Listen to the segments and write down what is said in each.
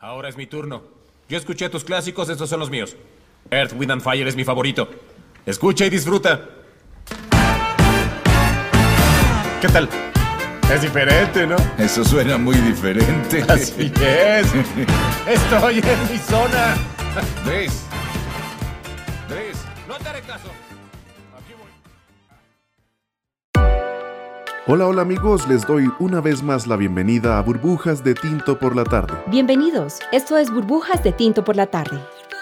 Ahora es mi turno. Yo escuché tus clásicos, estos son los míos. Earth, Wind and Fire es mi favorito. Escucha y disfruta. ¿Qué tal? Es diferente, ¿no? Eso suena muy diferente. Así es. Estoy en mi zona. ¿Ves? No te haré caso. Aquí voy. Hola amigos, les doy una vez más la bienvenida a Burbujas de Tinto por la Tarde. Bienvenidos, esto es Burbujas de Tinto por la Tarde.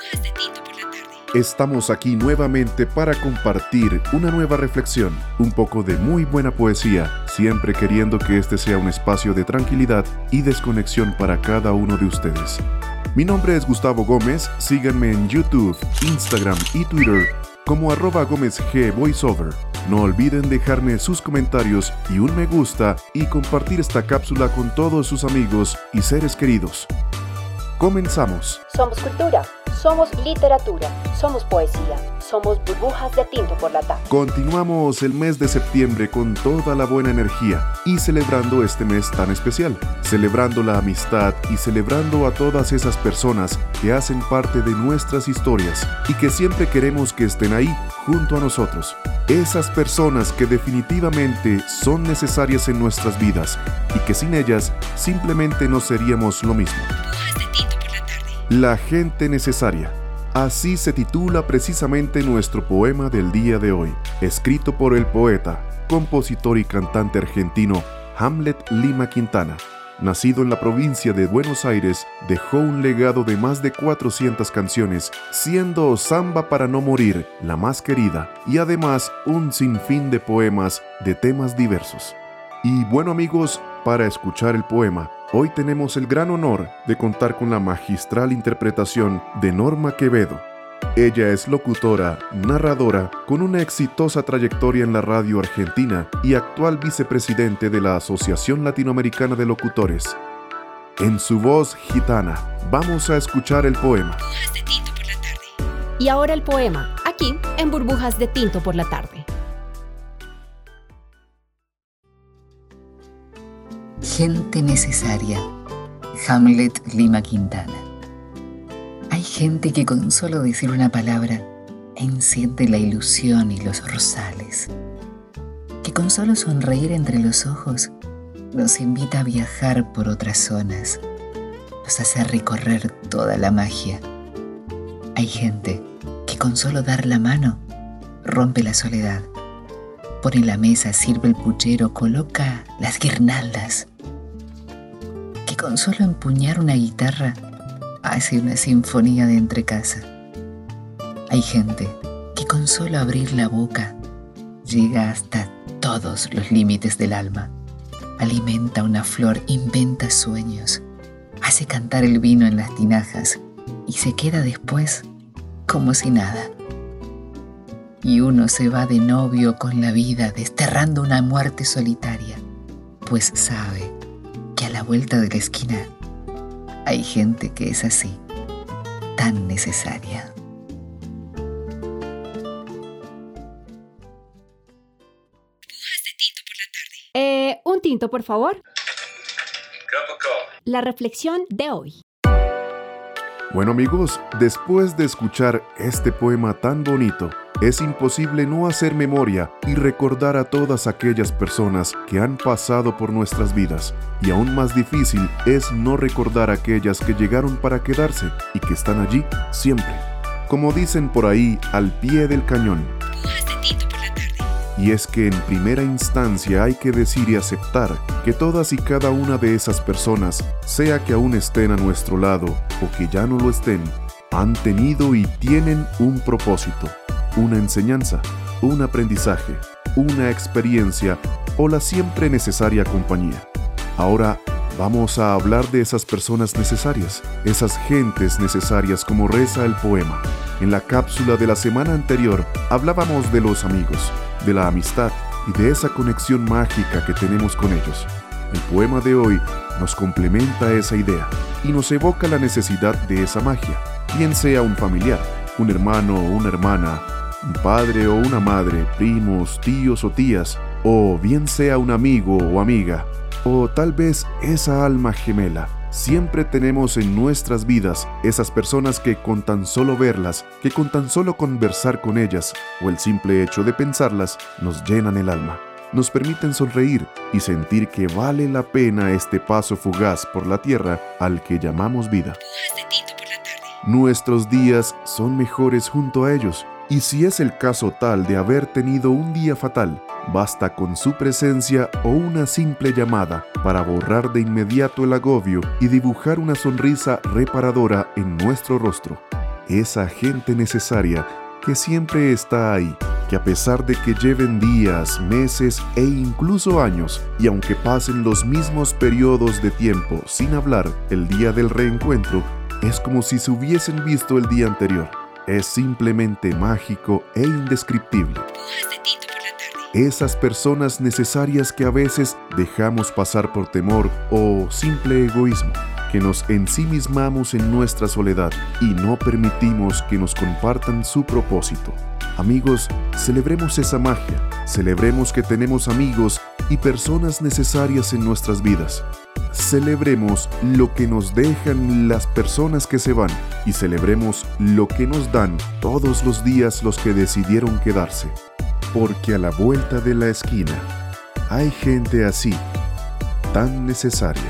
Estamos aquí nuevamente para compartir una nueva reflexión, un poco de muy buena poesía, siempre queriendo que este sea un espacio de tranquilidad y desconexión para cada uno de ustedes. Mi nombre es Gustavo Gómez, síganme en YouTube, Instagram y Twitter como @GomezGVoiceover. No olviden dejarme sus comentarios y un me gusta y compartir esta cápsula con todos sus amigos y seres queridos. Comenzamos. Somos cultura, somos literatura, somos poesía, somos Burbujas de Tinto por la Tarde. Continuamos el mes de septiembre con toda la buena energía y celebrando este mes tan especial, celebrando la amistad y celebrando a todas esas personas que hacen parte de nuestras historias y que siempre queremos que estén ahí junto a nosotros. Esas personas que definitivamente son necesarias en nuestras vidas y que sin ellas simplemente no seríamos lo mismo. La gente necesaria. Así se titula precisamente nuestro poema del día de hoy, escrito por el poeta, compositor y cantante argentino Hamlet Lima Quintana. Nacido en la provincia de Buenos Aires, dejó un legado de más de 400 canciones, siendo Samba para no morir la más querida y además un sinfín de poemas de temas diversos. Y bueno amigos, para escuchar el poema, hoy tenemos el gran honor de contar con la magistral interpretación de Norma Quevedo. Ella es locutora, narradora, con una exitosa trayectoria en la radio argentina y actual vicepresidente de la Asociación Latinoamericana de Locutores. En su voz gitana, vamos a escuchar el poema. Burbujas de Tinto por la Tarde. Y ahora el poema, aquí en Burbujas de Tinto por la Tarde. Gente necesaria. Hamlet Lima Quintana. Hay gente que con solo decir una palabra enciende la ilusión y los rosales, que con solo sonreír entre los ojos nos invita a viajar por otras zonas, nos hace recorrer toda la magia. Hay gente que con solo dar la mano rompe la soledad, pone la mesa, sirve el puchero, coloca las guirnaldas, que con solo empuñar una guitarra hace una sinfonía de entrecasa. Hay gente que con solo abrir la boca llega hasta todos los límites del alma, alimenta una flor, inventa sueños, hace cantar el vino en las tinajas y se queda después como si nada. Y uno se va de novio con la vida desterrando una muerte solitaria, pues sabe que a la vuelta de la esquina hay gente que es así, tan necesaria. Un tinto, por favor. La reflexión de hoy. Bueno amigos, después de escuchar este poema tan bonito, es imposible no hacer memoria y recordar a todas aquellas personas que han pasado por nuestras vidas. Y aún más difícil es no recordar a aquellas que llegaron para quedarse y que están allí siempre. Como dicen por ahí, al pie del cañón. Y es que en primera instancia hay que decir y aceptar que todas y cada una de esas personas, sea que aún estén a nuestro lado o que ya no lo estén, han tenido y tienen un propósito, una enseñanza, un aprendizaje, una experiencia o la siempre necesaria compañía. Ahora vamos a hablar de esas personas necesarias, esas gentes necesarias como reza el poema. En la cápsula de la semana anterior hablábamos de los amigos, de la amistad y de esa conexión mágica que tenemos con ellos. El poema de hoy nos complementa esa idea y nos evoca la necesidad de esa magia, bien sea un familiar, un hermano o una hermana, un padre o una madre, primos, tíos o tías, o bien sea un amigo o amiga, o tal vez esa alma gemela, Siempre tenemos en nuestras vidas esas personas que con tan solo verlas, que con tan solo conversar con ellas, o el simple hecho de pensarlas, nos llenan el alma, nos permiten sonreír y sentir que vale la pena este paso fugaz por la tierra al que llamamos vida. Nuestros días son mejores junto a ellos, y si es el caso tal de haber tenido un día fatal, basta con su presencia o una simple llamada para borrar de inmediato el agobio y dibujar una sonrisa reparadora en nuestro rostro. Esa gente necesaria que siempre está ahí, que a pesar de que lleven días, meses e incluso años, y aunque pasen los mismos periodos de tiempo sin hablar, el día del reencuentro es como si se hubiesen visto el día anterior. Es simplemente mágico e indescriptible. Esas personas necesarias que a veces dejamos pasar por temor o simple egoísmo, que nos ensimismamos en nuestra soledad y no permitimos que nos compartan su propósito. Amigos, celebremos esa magia, celebremos que tenemos amigos y personas necesarias en nuestras vidas. Celebremos lo que nos dejan las personas que se van y celebremos lo que nos dan todos los días los que decidieron quedarse. Porque a la vuelta de la esquina hay gente así, tan necesaria.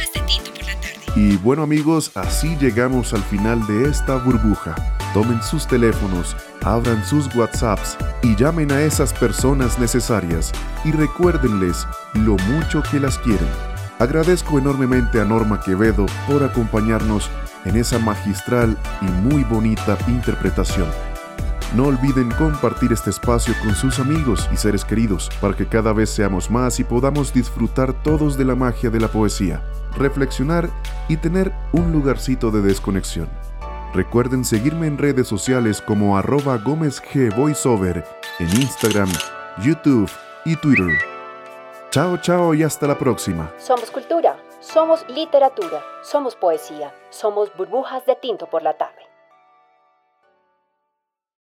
Y bueno amigos, así llegamos al final de esta burbuja. Tomen sus teléfonos, abran sus WhatsApps y llamen a esas personas necesarias y recuérdenles lo mucho que las quieren. Agradezco enormemente a Norma Quevedo por acompañarnos en esa magistral y muy bonita interpretación. No olviden compartir este espacio con sus amigos y seres queridos para que cada vez seamos más y podamos disfrutar todos de la magia de la poesía, reflexionar y tener un lugarcito de desconexión. Recuerden seguirme en redes sociales como @GomezGVoiceover en Instagram, YouTube y Twitter. Chao, chao y hasta la próxima. Somos cultura, somos literatura, somos poesía, somos burbujas de tinto por la tarde.